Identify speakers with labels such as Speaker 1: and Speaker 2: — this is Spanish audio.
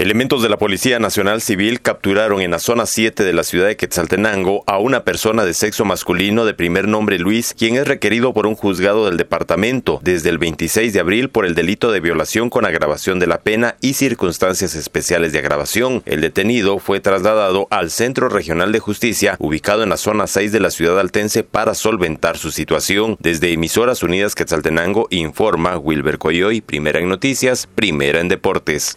Speaker 1: Elementos de la Policía Nacional Civil capturaron en la zona 7 de la ciudad de Quetzaltenango a una persona de sexo masculino de primer nombre Luis, quien es requerido por un juzgado del departamento desde el 26 de abril por el delito de violación con agravación de la pena y circunstancias especiales de agravación. El detenido fue trasladado al Centro Regional de Justicia, ubicado en la zona 6 de la ciudad altense, para solventar su situación. Desde Emisoras Unidas Quetzaltenango informa Wilber Coyoy, primera en noticias, primera en deportes.